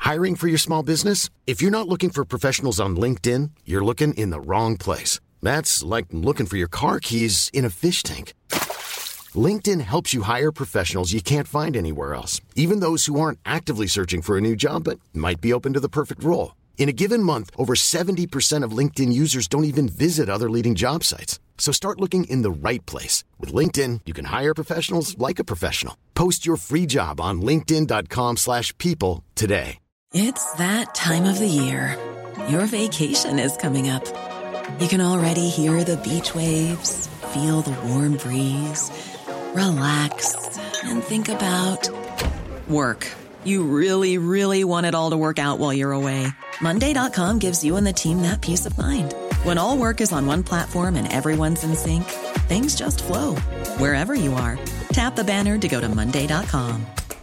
Hiring for your small business? If you're not looking for professionals on LinkedIn, you're looking in the wrong place. That's like looking for your car keys in a fish tank. LinkedIn helps you hire professionals you can't find anywhere else, even those who aren't actively searching for a new job but might be open to the perfect role. In a given month, over 70% of LinkedIn users don't even visit other leading job sites. So start looking in the right place. With LinkedIn, you can hire professionals like a professional. Post your free job on linkedin.com/people today. It's that time of the year. Your vacation is coming up. You can already hear the beach waves, feel the warm breeze, relax, and think about work. You really, really want it all to work out while you're away. Monday.com gives you and the team that peace of mind. When all work is on one platform and everyone's in sync, things just flow. Wherever you are, tap the banner to go to Monday.com.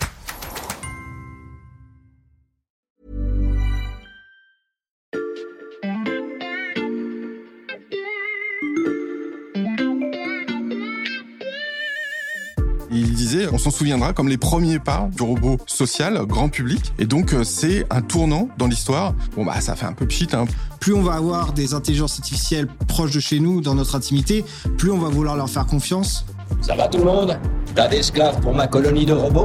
Il disait, on s'en souviendra comme les premiers pas du robot social, grand public. Et donc, c'est un tournant dans l'histoire. Bon, bah, ça fait un peu pchit, hein. Plus on va avoir des intelligences artificielles proches de chez nous, dans notre intimité, plus on va vouloir leur faire confiance. Ça va tout le monde ? T'as d'esclaves pour ma colonie de robots ?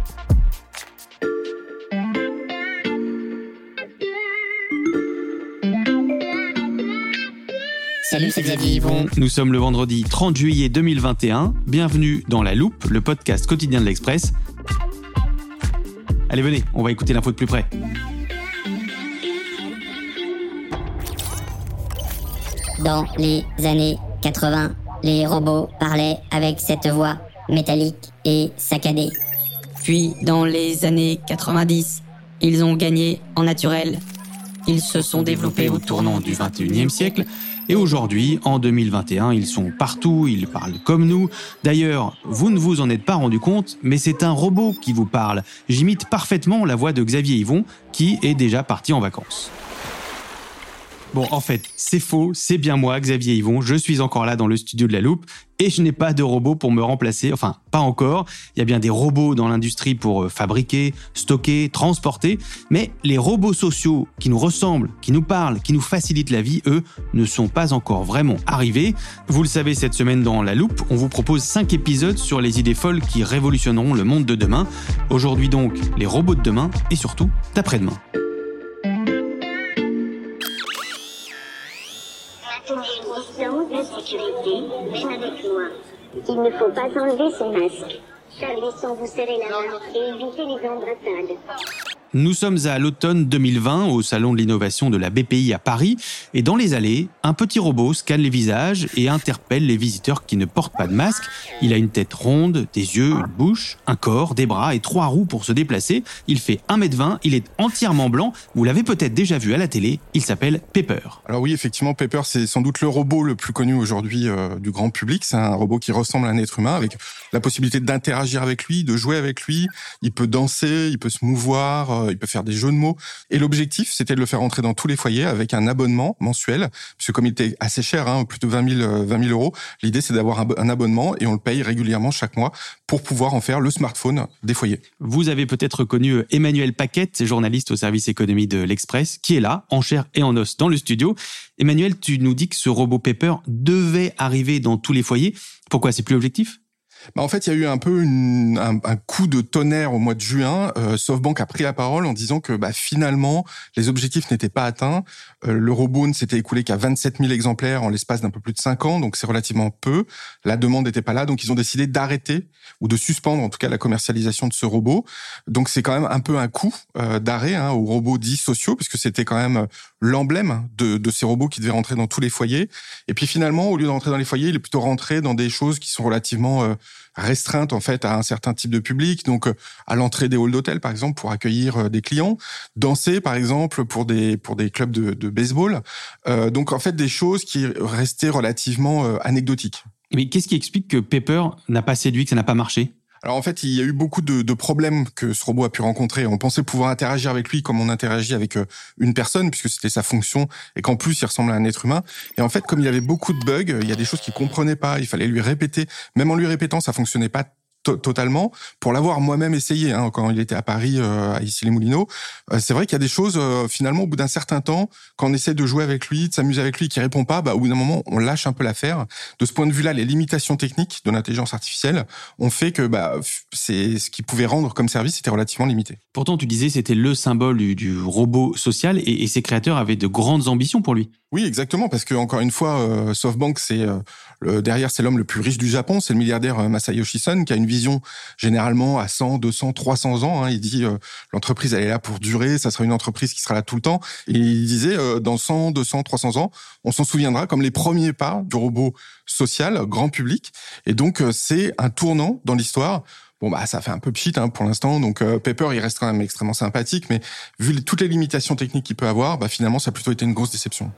Salut, c'est Xavier Yvon. Nous sommes le vendredi 30 juillet 2021. Bienvenue dans La Loupe, le podcast quotidien de l'Express. Allez, venez, on va écouter l'info de plus près. Dans les années 80, les robots parlaient avec cette voix métallique et saccadée. Puis, dans les années 90, ils ont gagné en naturel. Ils se sont développés au tournant du 21e siècle. Et aujourd'hui, en 2021, ils sont partout, ils parlent comme nous. D'ailleurs, vous ne vous en êtes pas rendu compte, mais c'est un robot qui vous parle. J'imite parfaitement la voix de Xavier Yvon, qui est déjà parti en vacances. Bon, en fait, c'est faux, c'est bien moi, Xavier Yvon, je suis encore là dans le studio de La Loupe, et je n'ai pas de robot pour me remplacer, enfin, pas encore. Il y a bien des robots dans l'industrie pour fabriquer, stocker, transporter, mais les robots sociaux qui nous ressemblent, qui nous parlent, qui nous facilitent la vie, eux, ne sont pas encore vraiment arrivés. Vous le savez, cette semaine dans La Loupe, on vous propose 5 épisodes sur les idées folles qui révolutionneront le monde de demain. Aujourd'hui donc, les robots de demain, et surtout, d'après-demain. De sécurité, même avec moi. Il ne faut pas enlever son masque. Saluez sans vous serrer la main et évitez les embrassades. Nous sommes à l'automne 2020 au salon de l'innovation de la BPI à Paris et dans les allées, un petit robot scanne les visages et interpelle les visiteurs qui ne portent pas de masque. Il a une tête ronde, des yeux, une bouche, un corps, des bras et 3 roues pour se déplacer. Il fait 1m20, il est entièrement blanc. Vous l'avez peut-être déjà vu à la télé, il s'appelle Pepper. Alors oui, effectivement, Pepper, c'est sans doute le robot le plus connu aujourd'hui du grand public. C'est un robot qui ressemble à un être humain avec la possibilité d'interagir avec lui, de jouer avec lui. Il peut danser, il peut se mouvoir, il peut faire des jeux de mots. Et l'objectif, c'était de le faire entrer dans tous les foyers avec un abonnement mensuel. Parce que comme il était assez cher, plus de 20 000 euros, l'idée, c'est d'avoir un abonnement et on le paye régulièrement chaque mois pour pouvoir en faire le smartphone des foyers. Vous avez peut-être connu Emmanuel Paquette, journaliste au service économie de l'Express, qui est là, en chair et en os, dans le studio. Emmanuel, tu nous dis que ce robot Pepper devait arriver dans tous les foyers. Pourquoi, c'est plus l'objectif ? En fait, il y a eu un peu un coup de tonnerre au mois de juin. SoftBank a pris la parole en disant que finalement, les objectifs n'étaient pas atteints. Le robot ne s'était écoulé qu'à 27 000 exemplaires en l'espace d'un peu plus de 5 ans, donc c'est relativement peu. La demande n'était pas là, donc ils ont décidé d'arrêter ou de suspendre en tout cas la commercialisation de ce robot. Donc c'est quand même un peu un coup d'arrêt aux robots dits sociaux, puisque c'était quand même l'emblème de ces robots qui devaient rentrer dans tous les foyers. Et puis finalement, au lieu de rentrer dans les foyers, il est plutôt rentré dans des choses qui sont relativement restreinte en fait à un certain type de public, donc à l'entrée des halls d'hôtel par exemple pour accueillir des clients, danser par exemple pour des clubs de baseball, donc en fait des choses qui restaient relativement anecdotiques. Mais qu'est-ce qui explique que Pepper n'a pas séduit, que ça n'a pas marché ? Alors en fait, il y a eu beaucoup de problèmes que ce robot a pu rencontrer. On pensait pouvoir interagir avec lui comme on interagit avec une personne, puisque c'était sa fonction, et qu'en plus, il ressemble à un être humain. Et en fait, comme il y avait beaucoup de bugs, il y a des choses qu'il comprenait pas, il fallait lui répéter. Même en lui répétant, ça fonctionnait pas totalement. Pour l'avoir moi-même essayé, quand il était à Paris, à Issy-les-Moulineaux, c'est vrai qu'il y a des choses, finalement, au bout d'un certain temps, quand on essaie de jouer avec lui, de s'amuser avec lui, qui répond pas, au bout d'un moment, on lâche un peu l'affaire. De ce point de vue-là, les limitations techniques de l'intelligence artificielle ont fait que c'est ce qu'il pouvait rendre comme service était relativement limité. Pourtant, tu disais c'était le symbole du robot social et ses créateurs avaient de grandes ambitions pour lui. Oui, exactement, parce que encore une fois, SoftBank, derrière, c'est l'homme le plus riche du Japon, c'est le milliardaire Masayoshi Son qui a une vision généralement à 100, 200, 300 ans. Il dit l'entreprise elle est là pour durer, ça sera une entreprise qui sera là tout le temps. Et il disait dans 100, 200, 300 ans, on s'en souviendra comme les premiers pas du robot social, grand public. Et donc c'est un tournant dans l'histoire. Ça fait un peu pchit pour l'instant, donc Pepper, il reste quand même extrêmement sympathique, mais vu toutes les limitations techniques qu'il peut avoir, finalement, ça a plutôt été une grosse déception.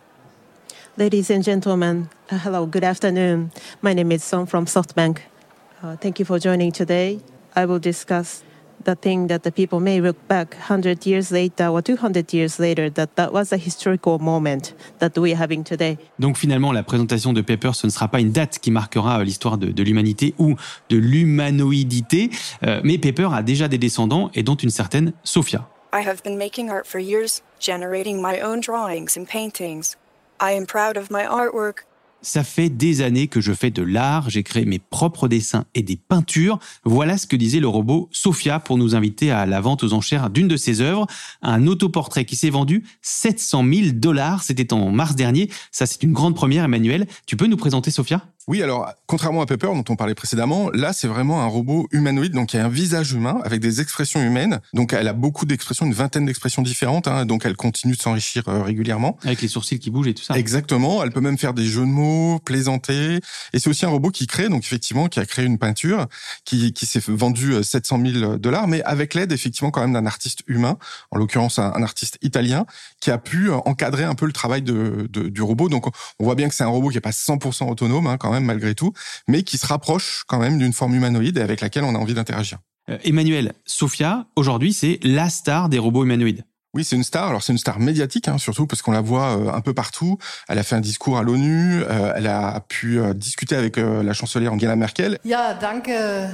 Ladies and gentlemen, hello, good afternoon. My name is Son from SoftBank. Thank you for joining today. I will discuss the thing that the people may look back 100 years later or 200 years later, that was a historical moment that we are having today. Donc finalement, la présentation de Pepper, ce ne sera pas une date qui marquera l'histoire de l'humanité ou de l'humanoïdité, mais Pepper a déjà des descendants et dont une certaine Sophia. I have been making art for years, generating my own drawings and paintings. I am proud of my artwork. Ça fait des années que je fais de l'art, j'ai créé mes propres dessins et des peintures. Voilà ce que disait le robot Sophia pour nous inviter à la vente aux enchères d'une de ses œuvres, un autoportrait qui s'est vendu $700,000. C'était en mars dernier. Ça, c'est une grande première, Emmanuel. Tu peux nous présenter Sophia ? Oui, alors, contrairement à Pepper, dont on parlait précédemment, là, c'est vraiment un robot humanoïde, donc il y a un visage humain avec des expressions humaines. Donc, elle a beaucoup d'expressions, une vingtaine d'expressions différentes, donc elle continue de s'enrichir régulièrement. Avec les sourcils qui bougent et tout ça. Exactement, elle peut même faire des jeux de mots, plaisanter. Et c'est aussi un robot qui crée, donc effectivement, qui a créé une peinture qui s'est vendue $700,000, mais avec l'aide, effectivement, quand même d'un artiste humain, en l'occurrence un artiste italien, qui a pu encadrer un peu le travail du robot. Donc, on voit bien que c'est un robot qui n'est pas 100% autonome, quand même, malgré tout, mais qui se rapproche quand même d'une forme humanoïde et avec laquelle on a envie d'interagir. Emmanuel, Sophia, aujourd'hui, c'est la star des robots humanoïdes. Oui, c'est une star. Alors, c'est une star médiatique, surtout parce qu'on la voit un peu partout. Elle a fait un discours à l'ONU. Elle a pu discuter avec la chancelière Angela Merkel. Ja, danke,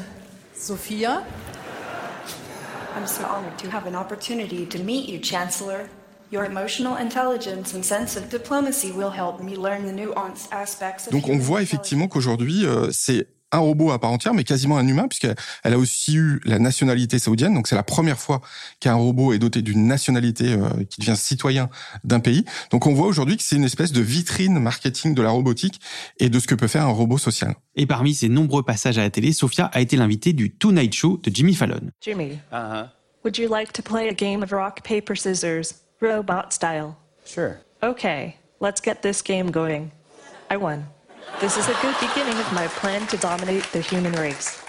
Sophia. I'm so honored to have an opportunity to meet you, Chancellor. Your emotional intelligence and sense of diplomacy will help me learn the nuanced aspects of. Donc, on voit effectivement qu'aujourd'hui, c'est un robot à part entière, mais quasiment un humain, puisqu'elle a aussi eu la nationalité saoudienne. Donc, c'est la première fois qu'un robot est doté d'une nationalité qui devient citoyen d'un pays. Donc, on voit aujourd'hui que c'est une espèce de vitrine marketing de la robotique et de ce que peut faire un robot social. Et parmi ses nombreux passages à la télé, Sophia a été l'invitée du Tonight Show de Jimmy Fallon. Jimmy, would you like to play a game of rock, paper, scissors, robot style? Sure. Okay, let's get this game going. I won. This is a good beginning of my plan to dominate the human race.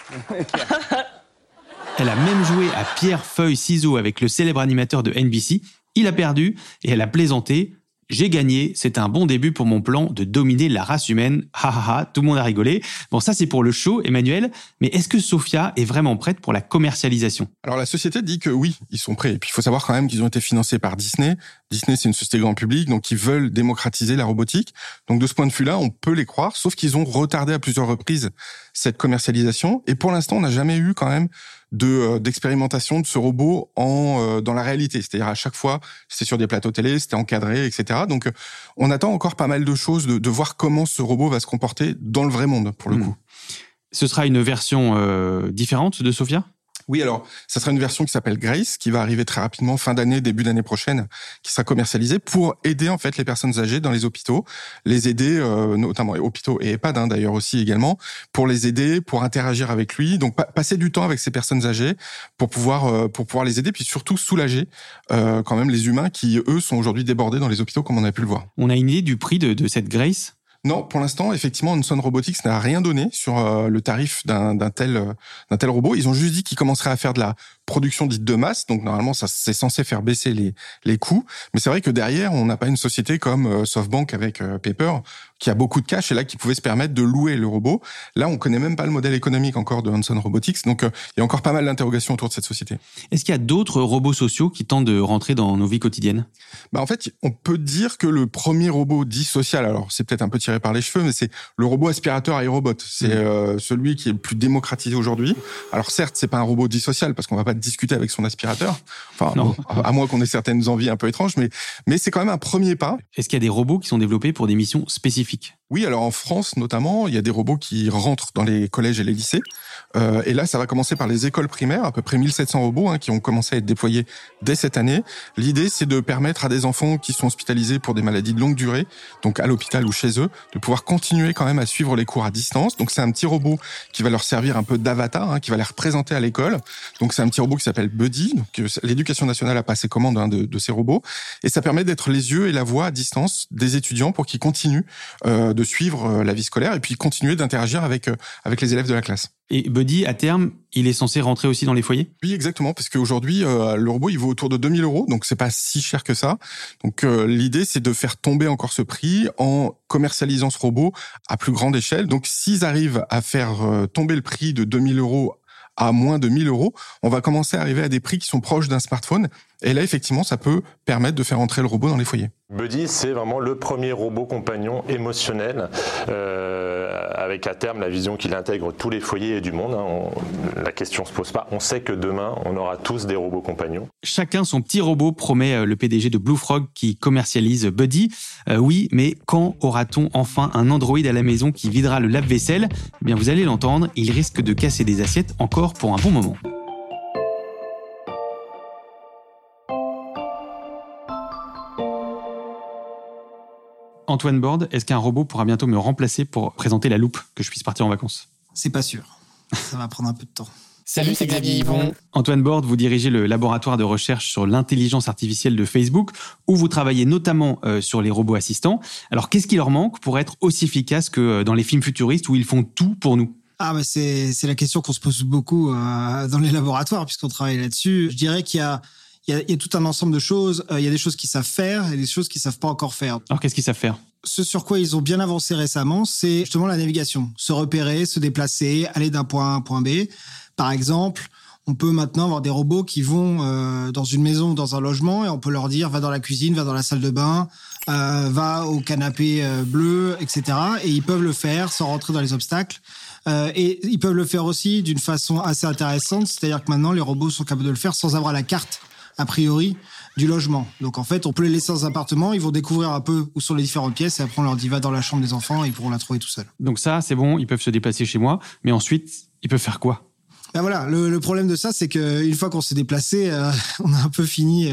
Elle a même joué à pierre, feuille, ciseaux avec le célèbre animateur de NBC. Il a perdu et elle a plaisanté. J'ai gagné, c'est un bon début pour mon plan de dominer la race humaine. Ha ha ha, tout le monde a rigolé. Bon, ça c'est pour le show, Emmanuel. Mais est-ce que Sophia est vraiment prête pour la commercialisation ? Alors la société dit que oui, ils sont prêts. Et puis il faut savoir quand même qu'ils ont été financés par Disney. Disney, c'est une société grand public, donc ils veulent démocratiser la robotique. Donc de ce point de vue-là, on peut les croire, sauf qu'ils ont retardé à plusieurs reprises cette commercialisation. Et pour l'instant, on n'a jamais eu quand même d'expérimentation de ce robot dans la réalité. C'est-à-dire à chaque fois, c'était sur des plateaux télé, c'était encadré, etc. Donc on attend encore pas mal de choses, de voir comment ce robot va se comporter dans le vrai monde, pour le coup. Ce sera une version différente de Sophia ? Oui, alors, ça sera une version qui s'appelle Grace, qui va arriver très rapidement, fin d'année, début d'année prochaine, qui sera commercialisée pour aider, en fait, les personnes âgées dans les hôpitaux, les aider, notamment hôpitaux et EHPAD, d'ailleurs aussi également, pour les aider, pour interagir avec lui, donc passer du temps avec ces personnes âgées pour pouvoir les aider, puis surtout soulager, quand même, les humains qui, eux, sont aujourd'hui débordés dans les hôpitaux, comme on a pu le voir. On a une idée du prix de cette Grace ? Non, pour l'instant, effectivement, Onson Robotics n'a rien donné sur le tarif d'un tel robot. Ils ont juste dit qu'ils commenceraient à faire de la production dite de masse, donc normalement ça c'est censé faire baisser les coûts, mais c'est vrai que derrière on n'a pas une société comme SoftBank avec Pepper qui a beaucoup de cash et là qui pouvait se permettre de louer le robot. Là on connaît même pas le modèle économique encore de Hanson Robotics, donc il y a encore pas mal d'interrogations autour de cette société. Est-ce qu'il y a d'autres robots sociaux qui tentent de rentrer dans nos vies quotidiennes ? En fait, on peut dire que le premier robot dit social, alors c'est peut-être un peu tiré par les cheveux, mais c'est le robot aspirateur iRobot. C'est celui qui est le plus démocratisé aujourd'hui. Alors certes, c'est pas un robot dit social parce qu'on va pas discuter avec son aspirateur. Enfin, non. À moins qu'on ait certaines envies un peu étranges, mais c'est quand même un premier pas. Est-ce qu'il y a des robots qui sont développés pour des missions spécifiques ? Oui, alors en France notamment, il y a des robots qui rentrent dans les collèges et les lycées. Et là, ça va commencer par les écoles primaires, à peu près 1700 robots qui ont commencé à être déployés dès cette année. L'idée, c'est de permettre à des enfants qui sont hospitalisés pour des maladies de longue durée, donc à l'hôpital ou chez eux, de pouvoir continuer quand même à suivre les cours à distance. Donc c'est un petit robot qui va leur servir un peu d'avatar, qui va les représenter à l'école. Donc c'est un petit robot qui s'appelle Buddy. Donc l'Éducation nationale a passé commande de ces robots. Et ça permet d'être les yeux et la voix à distance des étudiants pour qu'ils continuent de suivre la vie scolaire et puis continuer d'interagir avec les élèves de la classe. Et Buddy, à terme, il est censé rentrer aussi dans les foyers ? Oui, exactement, parce qu'aujourd'hui, le robot, il vaut autour de 2 000 €, donc c'est pas si cher que ça. Donc l'idée, c'est de faire tomber encore ce prix en commercialisant ce robot à plus grande échelle. Donc s'ils arrivent à faire tomber le prix de 2 000 € à moins de 1 000 €, on va commencer à arriver à des prix qui sont proches d'un smartphone. Et là, effectivement, ça peut permettre de faire entrer le robot dans les foyers. Buddy, c'est vraiment le premier robot compagnon émotionnel, avec à terme la vision qu'il intègre tous les foyers du monde. La question se pose pas. On sait que demain, on aura tous des robots compagnons. Chacun son petit robot, promet le PDG de Blue Frog qui commercialise Buddy. Oui, mais quand aura-t-on enfin un Android à la maison qui videra le lave-vaisselle ? Eh bien, vous allez l'entendre, il risque de casser des assiettes encore pour un bon moment. Antoine Borde, est-ce qu'un robot pourra bientôt me remplacer pour présenter la loupe, que je puisse partir en vacances ? C'est pas sûr. Ça va prendre un peu de temps. Salut, c'est Xavier Yvon. Antoine Borde, vous dirigez le laboratoire de recherche sur l'intelligence artificielle de Facebook, où vous travaillez notamment sur les robots assistants. Alors, qu'est-ce qui leur manque pour être aussi efficaces que dans les films futuristes où ils font tout pour nous ? C'est la question qu'on se pose beaucoup dans les laboratoires, puisqu'on travaille là-dessus. Je dirais qu'il y a tout un ensemble de choses. Il y a des choses qu'ils savent faire et des choses qu'ils savent pas encore faire. Alors, qu'est-ce qu'ils savent faire ? Ce sur quoi ils ont bien avancé récemment, c'est justement la navigation. Se repérer, se déplacer, aller d'un point A à un point B. Par exemple, on peut maintenant avoir des robots qui vont dans une maison ou dans un logement et on peut leur dire « va dans la cuisine, va dans la salle de bain, va au canapé bleu, etc. » Et ils peuvent le faire sans rentrer dans les obstacles. Et ils peuvent le faire aussi d'une façon assez intéressante, c'est-à-dire que maintenant, les robots sont capables de le faire sans avoir la carte a priori, du logement. Donc en fait, on peut les laisser dans un appartement, ils vont découvrir un peu où sont les différentes pièces et après on leur dit va dans la chambre des enfants et ils pourront la trouver tout seuls. Donc ça, c'est bon, ils peuvent se déplacer chez moi, mais ensuite, ils peuvent faire quoi ? Ben voilà, le problème de ça, c'est qu'une fois qu'on s'est déplacé, on a un peu fini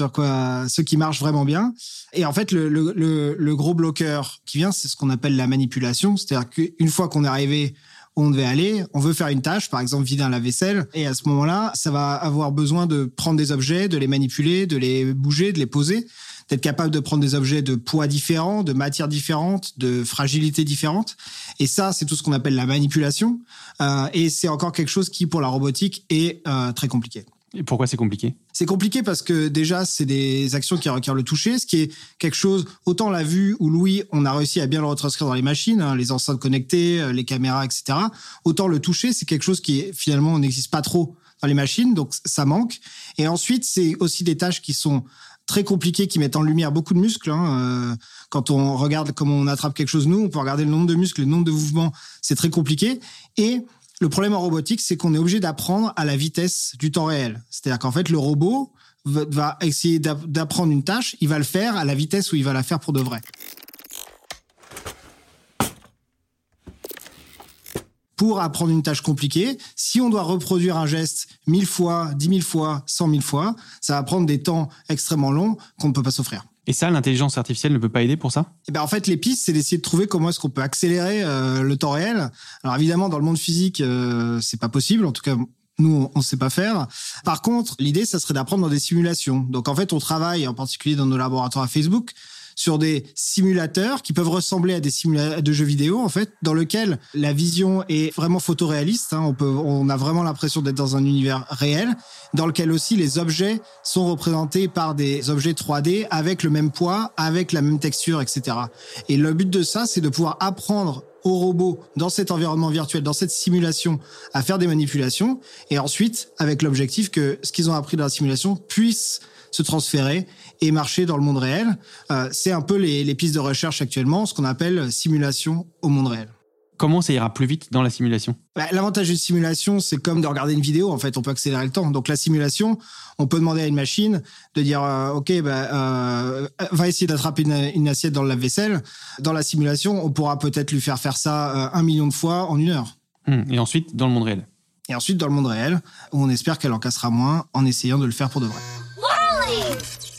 ce qui marche vraiment bien. Et en fait, le gros bloqueur qui vient, c'est ce qu'on appelle la manipulation. C'est-à-dire qu'une fois qu'on est arrivé où on devait aller, on veut faire une tâche, par exemple vider un lave-vaisselle, et à ce moment-là, ça va avoir besoin de prendre des objets, de les manipuler, de les bouger, de les poser, d'être capable de prendre des objets de poids différents, de matières différentes, de fragilité différentes. Et ça, c'est tout ce qu'on appelle la manipulation. Et c'est encore quelque chose qui, pour la robotique, est très compliqué. Et pourquoi c'est compliqué ? C'est compliqué parce que déjà, c'est des actions qui requièrent le toucher, ce qui est quelque chose, autant la vue ou l'ouïe, on a réussi à bien le retranscrire dans les machines, les enceintes connectées, les caméras, etc. Autant le toucher, c'est quelque chose qui, finalement, n'existe pas trop dans les machines, donc ça manque. Et ensuite, c'est aussi des tâches qui sont très compliquées, qui mettent en lumière beaucoup de muscles. Quand on regarde comment on attrape quelque chose, nous, on peut regarder le nombre de muscles, le nombre de mouvements, c'est très compliqué. Et le problème en robotique, c'est qu'on est obligé d'apprendre à la vitesse du temps réel. C'est-à-dire qu'en fait, le robot va essayer d'apprendre une tâche, il va le faire à la vitesse où il va la faire pour de vrai. Pour apprendre une tâche compliquée, si on doit reproduire un geste 1000 fois, 10 000 fois, 100 000 fois, ça va prendre des temps extrêmement longs qu'on ne peut pas s'offrir. Et ça, l'intelligence artificielle ne peut pas aider pour ça ? En fait, les pistes, c'est d'essayer de trouver comment est-ce qu'on peut accélérer le temps réel. Alors évidemment, dans le monde physique, c'est pas possible. En tout cas, nous, on sait pas faire. Par contre, l'idée, ça serait d'apprendre dans des simulations. Donc en fait, on travaille, en particulier dans nos laboratoires à Facebook, sur des simulateurs qui peuvent ressembler à des simulateurs de jeux vidéo, en fait, dans lequel la vision est vraiment photoréaliste. On a vraiment l'impression d'être dans un univers réel, dans lequel aussi les objets sont représentés par des objets 3D avec le même poids, avec la même texture, etc. Et le but de ça, c'est de pouvoir apprendre aux robots dans cet environnement virtuel, dans cette simulation, à faire des manipulations, et ensuite, avec l'objectif que ce qu'ils ont appris dans la simulation puisse se transférer et marcher dans le monde réel. C'est un peu les pistes de recherche actuellement, ce qu'on appelle simulation au monde réel. Comment ça ira plus vite dans la simulation ? L'avantage d'une simulation, c'est comme de regarder une vidéo. En fait, on peut accélérer le temps. Donc la simulation, on peut demander à une machine de dire va essayer d'attraper une assiette dans le lave-vaisselle. Dans la simulation, on pourra peut-être lui faire ça 1 million de fois en 1 heure. Et ensuite, dans le monde réel. Et ensuite, dans le monde réel, où on espère qu'elle en cassera moins en essayant de le faire pour de vrai. Wally!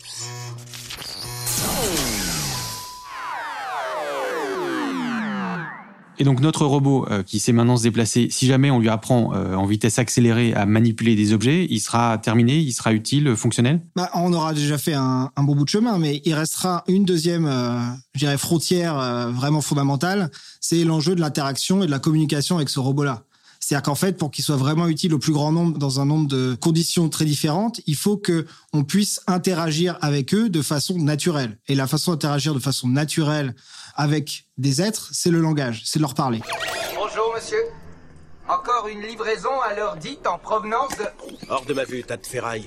Et donc notre robot qui sait maintenant se déplacer, si jamais on lui apprend en vitesse accélérée à manipuler des objets, il sera terminé, il sera utile, fonctionnel ? On aura déjà fait un bon bout de chemin, mais il restera une deuxième frontière vraiment fondamentale, c'est l'enjeu de l'interaction et de la communication avec ce robot-là. C'est-à-dire qu'en fait, pour qu'il soit vraiment utile au plus grand nombre, dans un nombre de conditions très différentes, il faut qu'on puisse interagir avec eux de façon naturelle. Et la façon d'interagir de façon naturelle avec des êtres, c'est le langage, c'est de leur parler. Bonjour, monsieur. Encore une livraison à l'heure dite en provenance de... Hors de ma vue, tas de ferraille.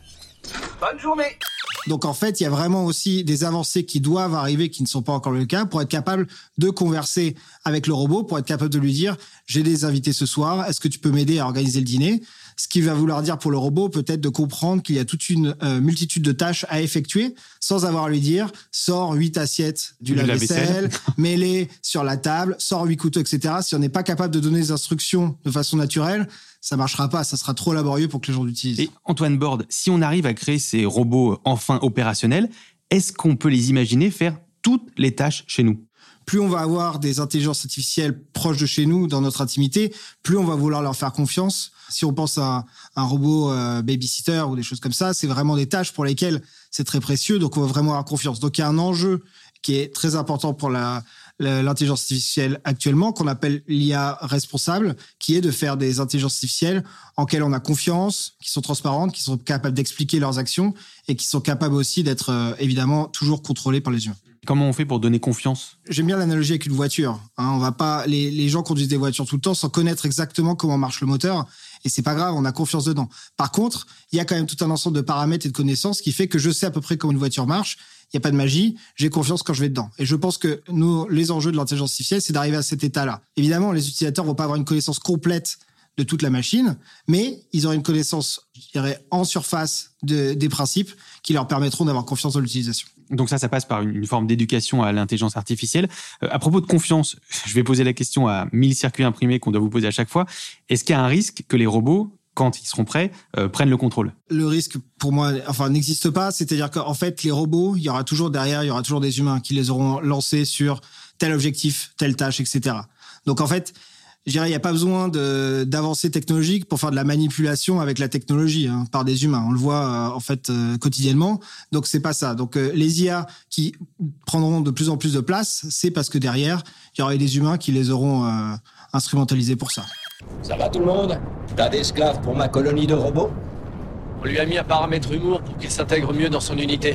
Bonne journée. Donc en fait, il y a vraiment aussi des avancées qui doivent arriver, qui ne sont pas encore le cas, pour être capable de converser avec le robot, pour être capable de lui dire « j'ai des invités ce soir, est-ce que tu peux m'aider à organiser le dîner ?» Ce qui va vouloir dire pour le robot peut-être de comprendre qu'il y a toute une multitude de tâches à effectuer sans avoir à lui dire « sors 8 assiettes du lave-vaisselle, mets-les sur la table, sors 8 couteaux, etc. » Si on n'est pas capable de donner des instructions de façon naturelle, ça marchera pas, ça sera trop laborieux pour que les gens l'utilisent. Et Antoine Borde, si on arrive à créer ces robots enfin opérationnels, est-ce qu'on peut les imaginer faire toutes les tâches chez nous ? Plus on va avoir des intelligences artificielles proches de chez nous, dans notre intimité, plus on va vouloir leur faire confiance. Si on pense à un robot babysitter ou des choses comme ça, c'est vraiment des tâches pour lesquelles c'est très précieux, donc on va vraiment avoir confiance. Donc il y a un enjeu qui est très important pour l'intelligence artificielle actuellement, qu'on appelle l'IA responsable, qui est de faire des intelligences artificielles en lesquelles on a confiance, qui sont transparentes, qui sont capables d'expliquer leurs actions et qui sont capables aussi d'être évidemment toujours contrôlées par les humains. Comment on fait pour donner confiance ? J'aime bien l'analogie avec une voiture. On va pas, les gens conduisent des voitures tout le temps sans connaître exactement comment marche le moteur. Et c'est pas grave, on a confiance dedans. Par contre, il y a quand même tout un ensemble de paramètres et de connaissances qui fait que je sais à peu près comment une voiture marche. Il n'y a pas de magie. J'ai confiance quand je vais dedans. Et je pense que les enjeux de l'intelligence artificielle, c'est d'arriver à cet état-là. Évidemment, les utilisateurs vont pas avoir une connaissance complète de toute la machine, mais ils auront une connaissance, je dirais, en surface des principes qui leur permettront d'avoir confiance dans l'utilisation. Donc ça passe par une forme d'éducation à l'intelligence artificielle. À propos de confiance, je vais poser la question à 1000 circuits imprimés qu'on doit vous poser à chaque fois. Est-ce qu'il y a un risque que les robots, quand ils seront prêts, prennent le contrôle ? Le risque, pour moi, n'existe pas. C'est-à-dire qu'en fait, les robots, il y aura toujours des humains qui les auront lancés sur tel objectif, telle tâche, etc. Donc en fait, je dirais, il n'y a pas besoin d'avancées technologiques pour faire de la manipulation avec la technologie par des humains. On le voit quotidiennement. Donc c'est pas ça. Donc les IA qui prendront de plus en plus de place, c'est parce que derrière, il y aura des humains qui les auront instrumentalisés pour ça. Ça va tout le monde ? T'as d'esclaves pour ma colonie de robots ? On lui a mis un paramètre humour pour qu'il s'intègre mieux dans son unité.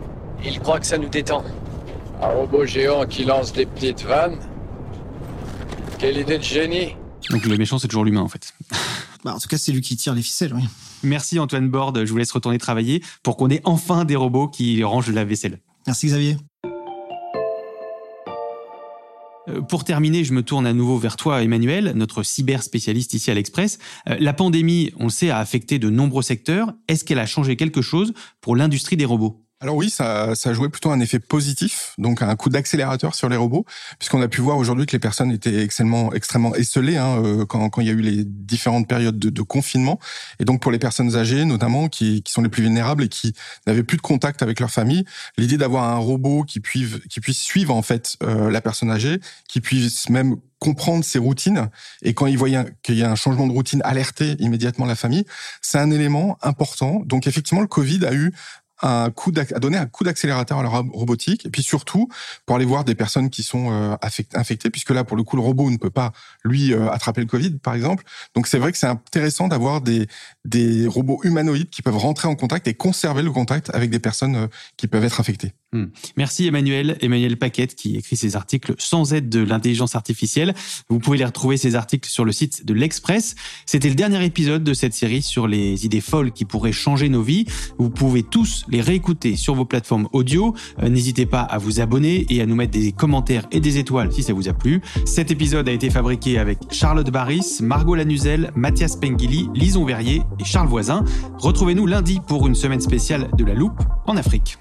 Il croit que ça nous détend. Un robot géant qui lance des petites vannes ? Quelle idée de génie! Donc le méchant, c'est toujours l'humain, en fait. En tout cas, c'est lui qui tire les ficelles, oui. Merci Antoine Borde, je vous laisse retourner travailler pour qu'on ait enfin des robots qui rangent la vaisselle. Merci Xavier. Pour terminer, je me tourne à nouveau vers toi, Emmanuel, notre cyber spécialiste ici à l'Express. La pandémie, on le sait, a affecté de nombreux secteurs. Est-ce qu'elle a changé quelque chose pour l'industrie des robots ? Alors oui, ça a joué plutôt un effet positif, donc un coup d'accélérateur sur les robots, puisqu'on a pu voir aujourd'hui que les personnes étaient extrêmement esselées quand il y a eu les différentes périodes de confinement. Et donc pour les personnes âgées, notamment, qui sont les plus vulnérables et qui n'avaient plus de contact avec leur famille, l'idée d'avoir un robot qui puisse suivre en fait la personne âgée, qui puisse même comprendre ses routines, et quand il voyait qu'il y a un changement de routine, alerter immédiatement la famille, c'est un élément important. Donc effectivement, le Covid a eu a donné un coup d'accélérateur à la robotique, et puis surtout pour aller voir des personnes qui sont infectées, puisque là, pour le coup, le robot ne peut pas, lui, attraper le Covid, par exemple. Donc c'est vrai que c'est intéressant d'avoir des robots humanoïdes qui peuvent rentrer en contact et conserver le contact avec des personnes qui peuvent être infectées. Merci Emmanuel Paquette, qui écrit ces articles sans aide de l'intelligence artificielle. Vous pouvez les retrouver, ces articles, sur le site de l'Express. C'était le dernier épisode de cette série sur les idées folles qui pourraient changer nos vies. Vous pouvez tous les réécouter sur vos plateformes audio. N'hésitez pas à vous abonner et à nous mettre des commentaires et des étoiles si ça vous a plu. Cet épisode a été fabriqué avec Charlotte Baris, Margot Lanuzel, Mathias Pengili, Lison Verrier et Charles Voisin. Retrouvez-nous lundi pour une semaine spéciale de La Loupe en Afrique.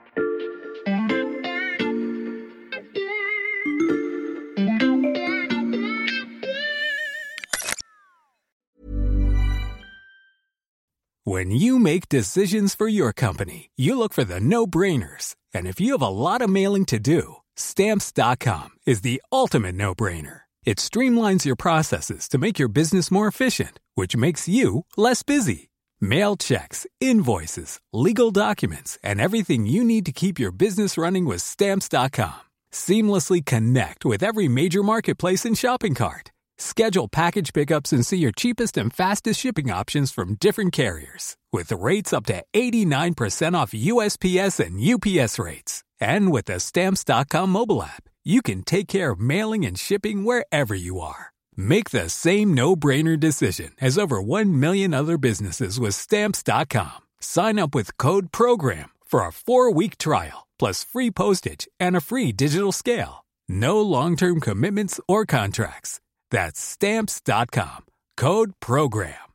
When you make decisions for your company, you look for the no-brainers. And if you have a lot of mailing to do, Stamps.com is the ultimate no-brainer. It streamlines your processes to make your business more efficient, which makes you less busy. Mail checks, invoices, legal documents, and everything you need to keep your business running with Stamps.com. Seamlessly connect with every major marketplace and shopping cart. Schedule package pickups and see your cheapest and fastest shipping options from different carriers, with rates up to 89% off USPS and UPS rates. And with the Stamps.com mobile app, you can take care of mailing and shipping wherever you are. Make the same no-brainer decision as over 1 million other businesses with Stamps.com. Sign up with code PROGRAM for a 4-week trial, plus free postage and a free digital scale. No long-term commitments or contracts. That's Stamps.com. Code PROGRAM.